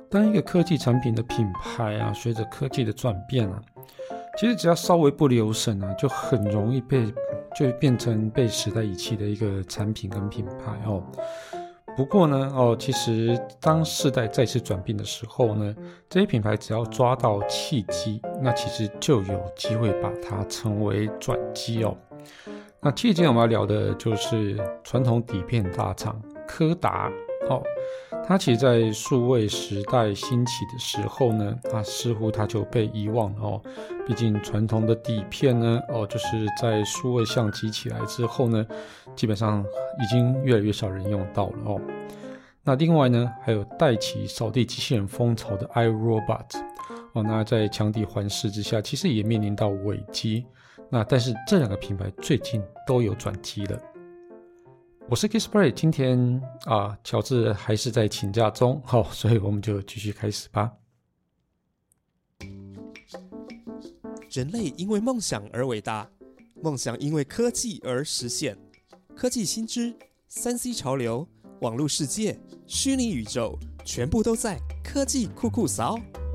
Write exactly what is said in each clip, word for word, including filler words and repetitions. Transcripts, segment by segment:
当一个科技产品的品牌啊，随着科技的转变啊，其实只要稍微不留神啊，就很容易被就变成被时代遗弃的一个产品跟品牌哦。不过呢，哦，其实当世代再次转变的时候呢，这些品牌只要抓到契机，那其实就有机会把它成为转机哦。那今天我们要聊的就是传统底片大厂柯达哦。它其实在数位时代兴起的时候呢，它似乎它就被遗忘了哦。毕竟传统的底片呢，哦，就是在数位相机起来之后呢，基本上已经越来越少人用到了哦。那另外呢，还有带起扫地机器人风潮的 iRobot 哦，那在强敌环视之下，其实也面临到危机。那但是这两个品牌最近都有转机了。我是 Kisplay， 今天啊，乔治还是在请假中，好、哦，所以我们就继续开始吧。 人类因为梦想而伟大，梦想因为科技而实现。科技新知、三 C 潮流、网络世界、虚拟宇宙，全部都在科技酷酷扫。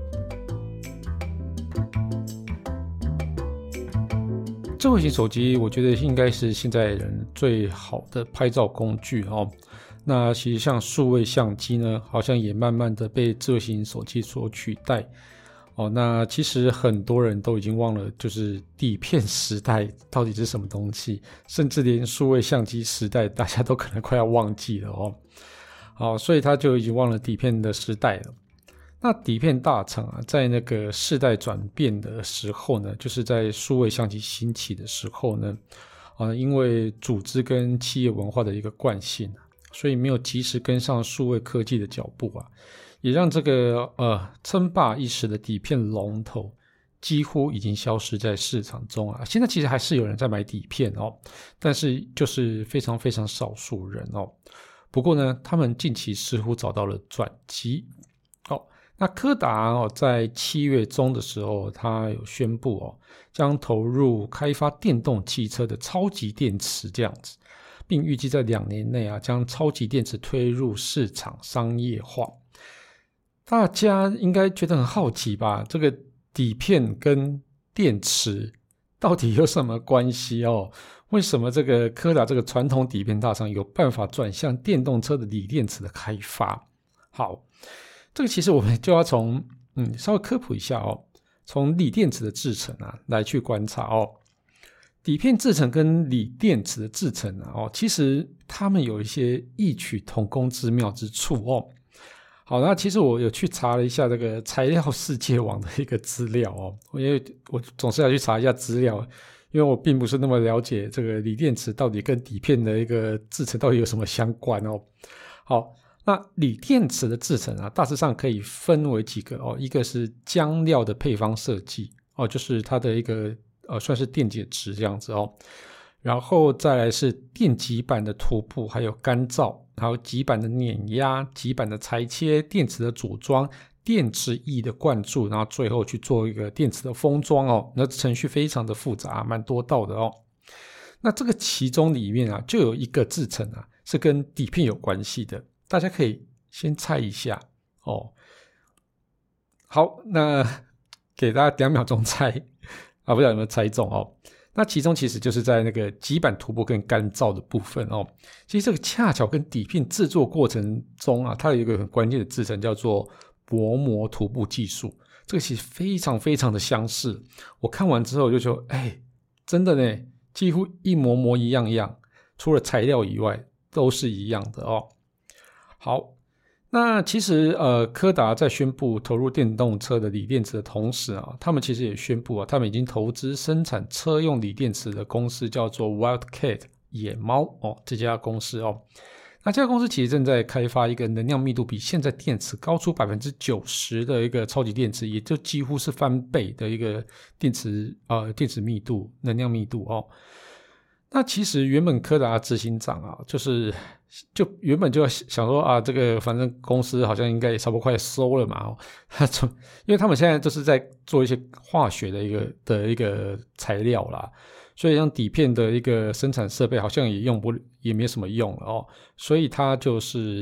智慧型手机我觉得应该是现在人最好的拍照工具哦。那其实像数位相机呢，好像也慢慢的被智慧型手机所取代哦。那其实很多人都已经忘了就是底片时代到底是什么东西，甚至连数位相机时代大家都可能快要忘记了哦。好，所以他就已经忘了底片的时代了。那底片大厂啊，在那个世代转变的时候呢，就是在数位相机兴起的时候呢，啊，因为组织跟企业文化的一个惯性，所以没有及时跟上数位科技的脚步啊，也让这个呃称霸一时的底片龙头几乎已经消失在市场中啊。现在其实还是有人在买底片哦，但是就是非常非常少数人哦。不过呢，他们近期似乎找到了转机哦。那柯达哦，在七月中的时候，他有宣布哦，将投入开发电动汽车的超级电池这样子，并预计在两年内啊，将超级电池推入市场商业化。大家应该觉得很好奇吧？这个底片跟电池到底有什么关系哦？为什么这个柯达这个传统底片大厂有办法转向电动车的锂电池的开发？好。这个其实我们就要从嗯稍微科普一下哦，从锂电池的制程啊来去观察哦。底片制程跟锂电池的制程啊哦，其实它们有一些异曲同工之妙之处哦。好，那其实我有去查了一下这个材料世界网的一个资料哦，因为我总是要去查一下资料，因为我并不是那么了解这个锂电池到底跟底片的一个制程到底有什么相关哦。好。那锂电池的制程啊，大致上可以分为几个哦，一个是浆料的配方设计哦，就是它的一个呃算是电解质这样子哦，然后再来是电极板的涂布，还有干燥，还有极板的碾压、极板的裁切、电池的组装、电池液的灌注，然后最后去做一个电池的封装哦，那程序非常的复杂，蛮多道的哦。那这个其中里面啊，就有一个制程啊，是跟底片有关系的。大家可以先猜一下哦。好，那给大家两秒钟猜啊，不知道有没有猜中哦。那其中其实就是在那个极板涂布跟干燥的部分哦。其实这个恰巧跟底片制作过程中啊，它有一个很关键的制程叫做薄膜涂布技术。这个其实非常非常的相似。我看完之后就说，哎，真的呢，几乎一模模一样样，除了材料以外都是一样的哦。好，那其实呃，柯达在宣布投入电动车的锂电池的同时啊，他们其实也宣布啊，他们已经投资生产车用锂电池的公司叫做 Wildcat 野猫哦，这家公司哦，那这家公司其实正在开发一个能量密度比现在电池高出 百分之九十 的一个超级电池，也就几乎是翻倍的一个电池呃电池密度、能量密度哦。那其实原本柯达执行长啊，就是就原本就想说啊，这个反正公司好像应该也差不多快收了嘛，哦，因为他们现在就是在做一些化学的一个的一个材料啦，所以像底片的一个生产设备好像也用不也没什么用了哦，所以他就是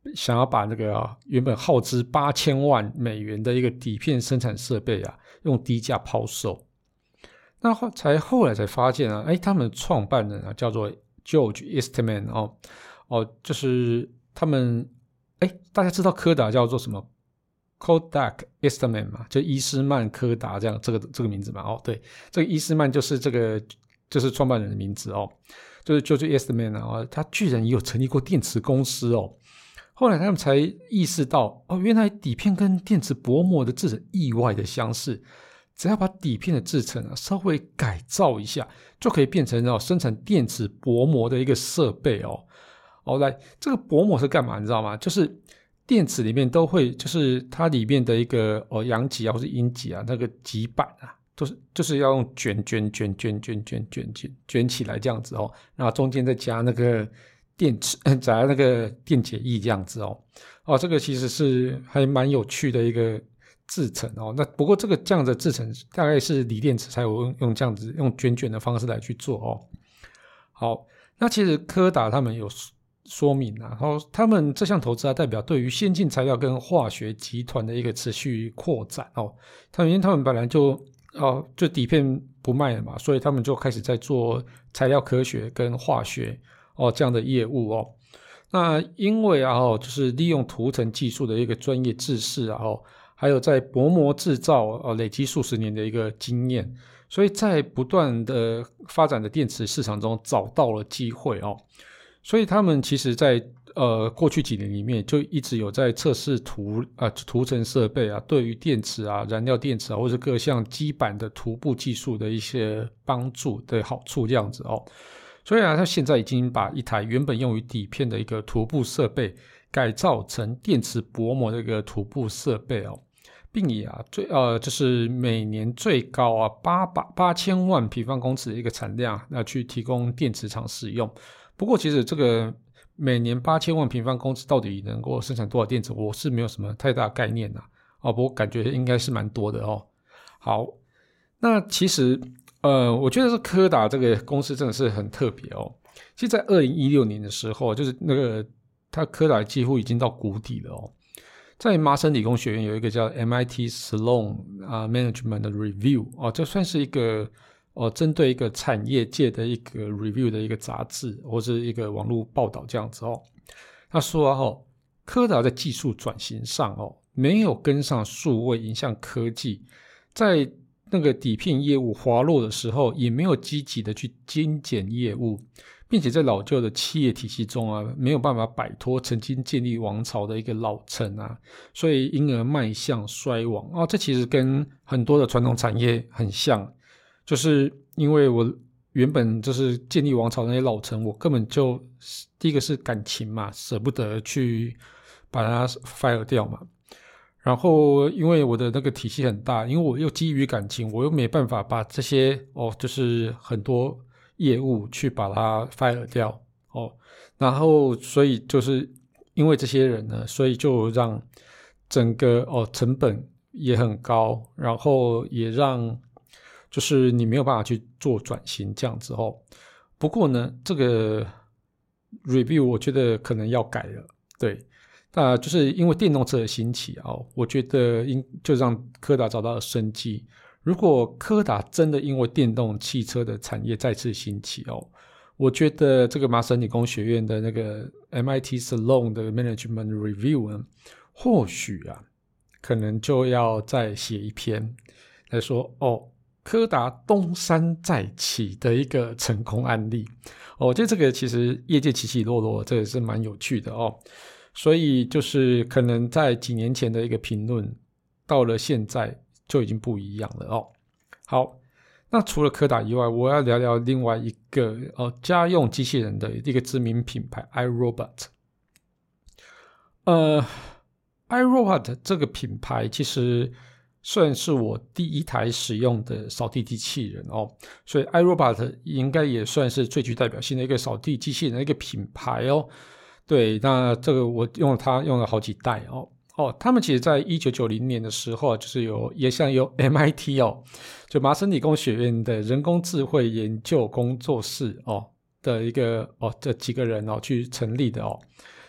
想要把那个、啊、原本耗资八千万美元的一个底片生产设备啊，用低价抛售。那后才后来才发现啊，哎，他们创办人啊叫做 George Eastman 哦哦，就是他们哎，大家知道柯达叫做什么 Kodak Eastman 嘛，就伊斯曼柯达这样这个这个名字嘛哦，对，这个伊斯曼就是这个就是创办人的名字哦，就是 George Eastman 啊、哦，他居然也有成立过电池公司哦。后来他们才意识到哦，原来底片跟电池薄膜的制成意外的相似。只要把底片的制成、啊、稍微改造一下，就可以变成、哦、生产电池薄膜的一个设备哦。哦，来，这个薄膜是干嘛？你知道吗？就是电池里面都会，就是它里面的一个哦阳极啊或是阴极啊，那个极板啊，都是就是要用卷卷卷卷卷卷卷卷卷起来这样子哦，然后中间再加那个电池，加那个电解液这样子哦。哦，这个其实是还蛮有趣的一个制成哦，那不过这个这样的制成大概是锂电池才有用用这样子用卷卷的方式来去做哦。好，那其实柯达他们有说明啊，然后他们这项投资啊，代表对于先进材料跟化学集团的一个持续扩展哦。他们因为他们本来就哦就底片不卖了嘛，所以他们就开始在做材料科学跟化学哦这样的业务哦。那因为啊哦就是利用涂层技术的一个专业知识啊哦。还有在薄膜制造、呃、累积数十年的一个经验，所以在不断的发展的电池市场中找到了机会哦。所以他们其实在呃过去几年里面就一直有在测试涂啊、呃、涂层设备啊，对于电池啊、燃料电池啊，或是各项基板的涂布技术的一些帮助的好处这样子哦。所以啊，他现在已经把一台原本用于底片的一个涂布设备改造成电池薄膜的一个涂布设备哦。并以啊最呃就是每年最高啊八百八千万平方公尺的一个产量，那去提供电池厂使用。不过其实这个每年八千万平方公尺到底能够生产多少电池，我是没有什么太大概念呐、啊。哦，不过感觉应该是蛮多的哦。好，那其实呃，我觉得这柯达这个公司真的是很特别哦。其实，在二零一六年的时候，就是那个它柯达几乎已经到谷底了哦。在麻省理工学院有一个叫 M I T Sloan、uh, Management Review 哦，这算是一个哦针对一个产业界的一个 review 的一个杂志或是一个网络报道这样子哦。他说啊哦，柯达在技术转型上哦没有跟上数位影像科技，在那个底片业务滑落的时候，也没有积极的去精简业务。并且在老旧的企业体系中啊，没有办法摆脱曾经建立王朝的一个老成啊，所以因而迈向衰亡啊。这其实跟很多的传统产业很像，就是因为我原本就是建立王朝的那些老成，我根本就第一个是感情嘛，舍不得去把它 fire 掉嘛。然后因为我的那个体系很大，因为我又基于感情，我又没办法把这些哦，就是很多业务去把它 fire 掉哦，然后所以就是因为这些人呢，所以就让整个哦成本也很高，然后也让就是你没有办法去做转型这样子哦。不过呢，这个 review 我觉得可能要改了，对，那就是因为电动车的兴起哦，我觉得应就让柯达找到了生机。如果柯达真的因为电动汽车的产业再次兴起哦，我觉得这个麻省理工学院的那个 M I T Sloan 的 Management Review 呢，或许啊，可能就要再写一篇来说哦，柯达东山再起的一个成功案例哦，我觉得这个其实业界起起落落，这也是蛮有趣的哦。所以就是可能在几年前的一个评论，到了现在就已经不一样了哦。好，那除了柯达以外，我要聊聊另外一个呃家用机器人的一个知名品牌 iRobot。呃 iRobot 这个品牌其实算是我第一台使用的扫地机器人哦，所以 iRobot 应该也算是最具代表性的一个扫地机器人的一个品牌哦。对，那这个我用了它用了好几代哦。哦，他们其实在一九九零年的时候，就是有也像有 M I T 哦，就麻省理工学院的人工智慧研究工作室哦的一个哦这几个人哦去成立的哦。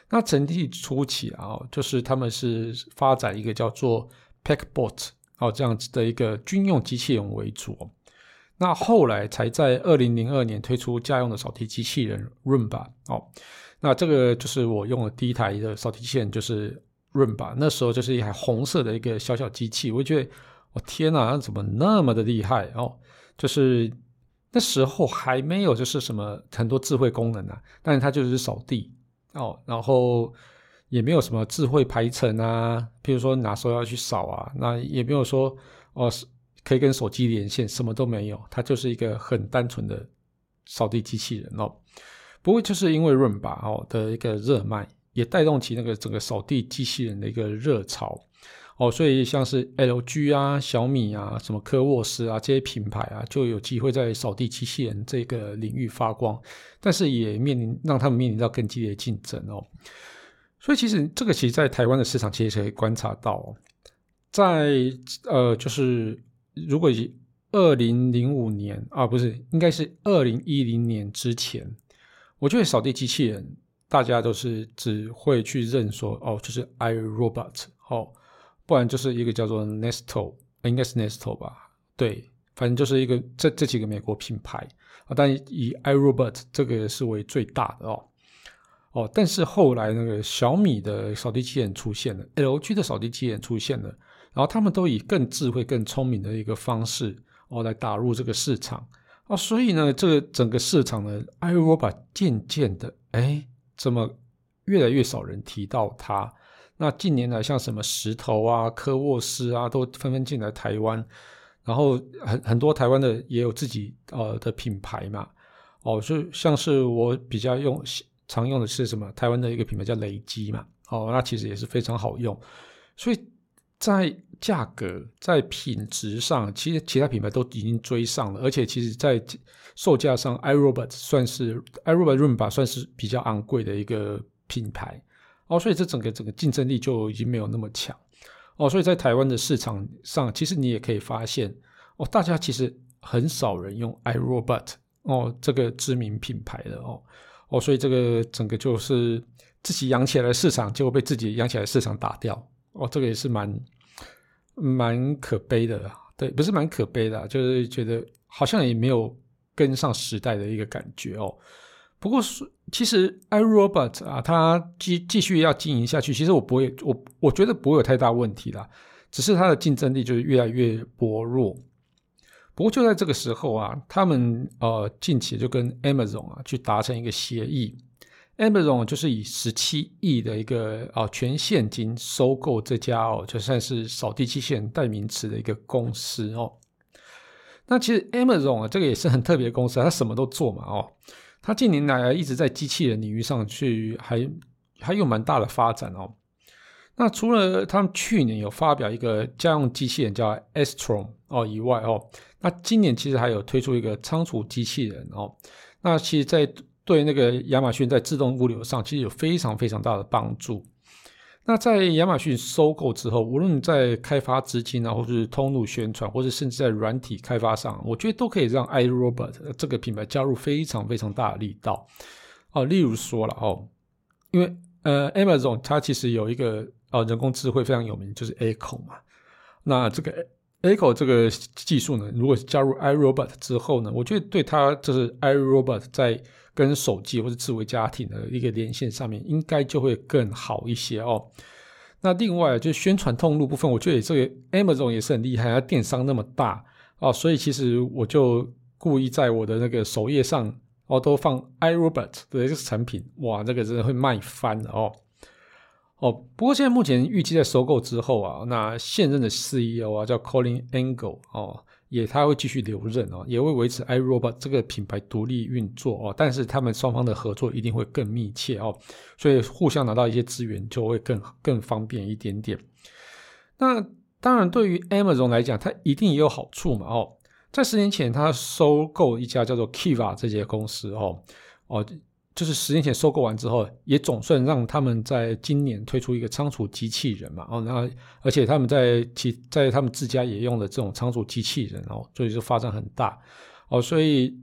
那成立初期啊，就是他们是发展一个叫做 Packbot 哦这样子的一个军用机器人为主。那后来才在二零零二年推出家用的扫地机器人 Roomba 哦。那这个就是我用的第一台的扫地机器人，就是 Roomba， 那时候就是一台红色的一个小小机器，我觉得我、哦、天哪，它怎么那么的厉害哦？就是那时候还没有就是什么很多智慧功能啊，但是它就是扫地哦，然后也没有什么智慧排程啊，譬如说哪时候要去扫啊，那也没有说哦可以跟手机连线，什么都没有，它就是一个很单纯的扫地机器人哦。不过就是因为 Roomba 哦的一个热卖，也带动起那个整个扫地机器人的一个热潮哦，所以像是 L G 啊、小米啊、什么科沃斯啊这些品牌啊，就有机会在扫地机器人这个领域发光，但是也面临让他们面临到更激烈的竞争哦。所以其实这个其实在台湾的市场其实可以观察到哦，在呃就是如果以二零零五年啊不是应该是二零一零年之前，我觉得扫地机器人大家都是只会去认说哦就是 iRobot 哦，不然就是一个叫做 Nesto， 应该是 Nesto 吧，对，反正就是一个这这几个美国品牌啊，但以 iRobot 这个是为最大的哦。哦，但是后来那个小米的扫地机器人出现了， L G 的扫地机器人出现了，然后他们都以更智慧更聪明的一个方式哦来打入这个市场哦，所以呢这个整个市场呢 iRobot 渐渐的哎怎么越来越少人提到它。那近年来像什么石头啊、科沃斯啊都纷纷进来台湾，然后很很多台湾的也有自己呃的品牌嘛哦，就像是我比较用常用的是什么台湾的一个品牌叫雷基嘛哦，那其实也是非常好用，所以在价格在品质上其实其他品牌都已经追上了，而且其实在售价上 iRobot 算是 iRobot Roomba 算是比较昂贵的一个品牌哦，所以这整个整个竞争力就已经没有那么强哦，所以在台湾的市场上其实你也可以发现哦，大家其实很少人用 iRobot 哦这个知名品牌的哦哦，所以这个整个就是自己养起来的市场结果被自己养起来的市场打掉哦，这个也是蛮蛮可悲的啦，对，不是蛮可悲的啦，就是觉得好像也没有跟上时代的一个感觉哦。不过其实 iRobot 啊，它继继续要经营下去，其实我不会，我我觉得不会有太大问题啦，只是它的竞争力就是越来越薄弱。不过就在这个时候啊，他们呃近期就跟 Amazon 啊去达成一个协议。Amazon 就是以十七亿的一个、呃、全现金收购这家哦，就算是扫地机器人代名词的一个公司哦。那其实 Amazon 啊，这个也是很特别的公司，它什么都做嘛哦。它近年来一直在机器人领域上去还还有蛮大的发展哦。那除了他们去年有发表一个家用机器人叫 Astron 哦以外哦，那今年其实还有推出一个仓储机器人哦。那其实在对那个亚马逊在自动物流上其实有非常非常大的帮助。那在亚马逊收购之后，无论在开发资金啊，或是通路宣传，或是甚至在软体开发上，我觉得都可以让 iRobot 这个品牌加入非常非常大的力道哦。例如说了哦，因为呃 Amazon 它其实有一个呃人工智慧非常有名，就是 Echo 嘛。那这个 Echo 这个技术呢，如果加入 iRobot 之后呢，我觉得对它就是 iRobot 在跟手机或是智慧家庭的一个连线上面应该就会更好一些哦。那另外就是宣传通路部分，我觉得这个 Amazon 也是很厉害，它电商那么大哦，所以其实我就故意在我的那个首页上哦都放 iRobot 的这个产品，哇，这个真的会卖翻了哦。哦，不过现在目前预计在收购之后啊，那现任的 C E O 啊叫 Colin Angle 哦，也他会继续留任哦，也会维持 iRobot 这个品牌独立运作哦，但是他们双方的合作一定会更密切哦，所以互相拿到一些资源就会更更方便一点点。那当然对于 Amazon 来讲，它一定也有好处嘛哦，在十年前他收购一家叫做 Kiva 这家公司哦哦。就是十年前收购完之后，也总算让他们在今年推出一个仓储机器人嘛，哦，那而且他们在其在他们自家也用了这种仓储机器人哦，所以就发展很大哦，所以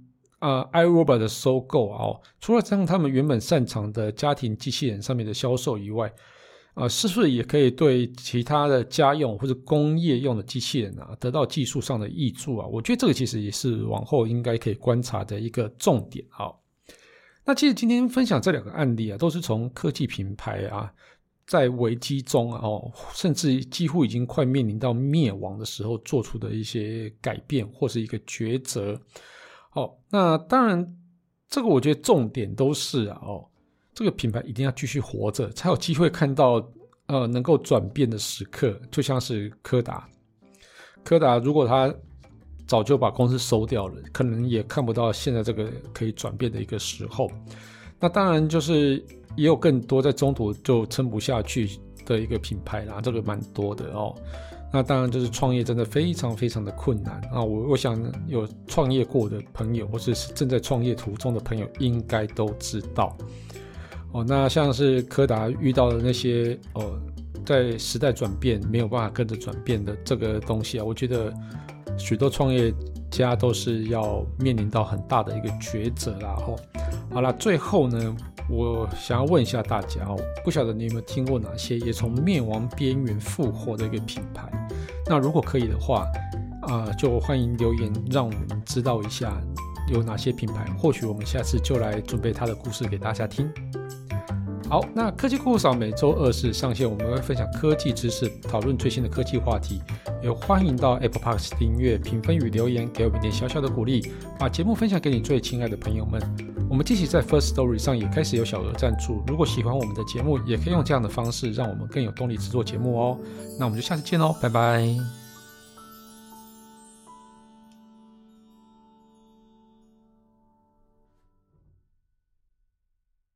呃 iRobot 的收购哦，除了让他们原本擅长的家庭机器人上面的销售以外，呃，是不是也可以对其他的家用或者工业用的机器人啊得到技术上的益处啊？我觉得这个其实也是往后应该可以观察的一个重点啊。那其实今天分享这两个案例啊，都是从科技品牌啊在危机中啊、哦，甚至几乎已经快面临到灭亡的时候做出的一些改变或是一个抉择。哦，那当然这个我觉得重点都是啊哦，这个品牌一定要继续活着，才有机会看到呃能够转变的时刻。就像是柯达，柯达如果他早就把公司收掉了，可能也看不到现在这个可以转变的一个时候。那当然就是也有更多在中途就撑不下去的一个品牌啦，这个蛮多的哦。那当然就是创业真的非常非常的困难啊！我我想有创业过的朋友，或者是正在创业途中的朋友，应该都知道哦。那像是柯达遇到的那些呃，在时代转变没有办法跟着转变的这个东西啊，我觉得许多创业家都是要面临到很大的一个抉择啦。哦，好啦，最后呢，我想要问一下大家哦，不晓得你有没有听过哪些也从灭亡边缘复活的一个品牌？那如果可以的话，啊、呃，就欢迎留言让我们知道一下有哪些品牌，或许我们下次就来准备他的故事给大家听。好，那科技酷嫂每周二四上线，我们会分享科技知识，讨论最新的科技话题，也欢迎到 Apple Podcast 订阅、评分与留言，给我们一点小小的鼓励，把节目分享给你最亲爱的朋友们。我们近期在 First Story 上也开始有小额赞助，如果喜欢我们的节目，也可以用这样的方式让我们更有动力制作节目哦。那我们就下次见喽，拜拜。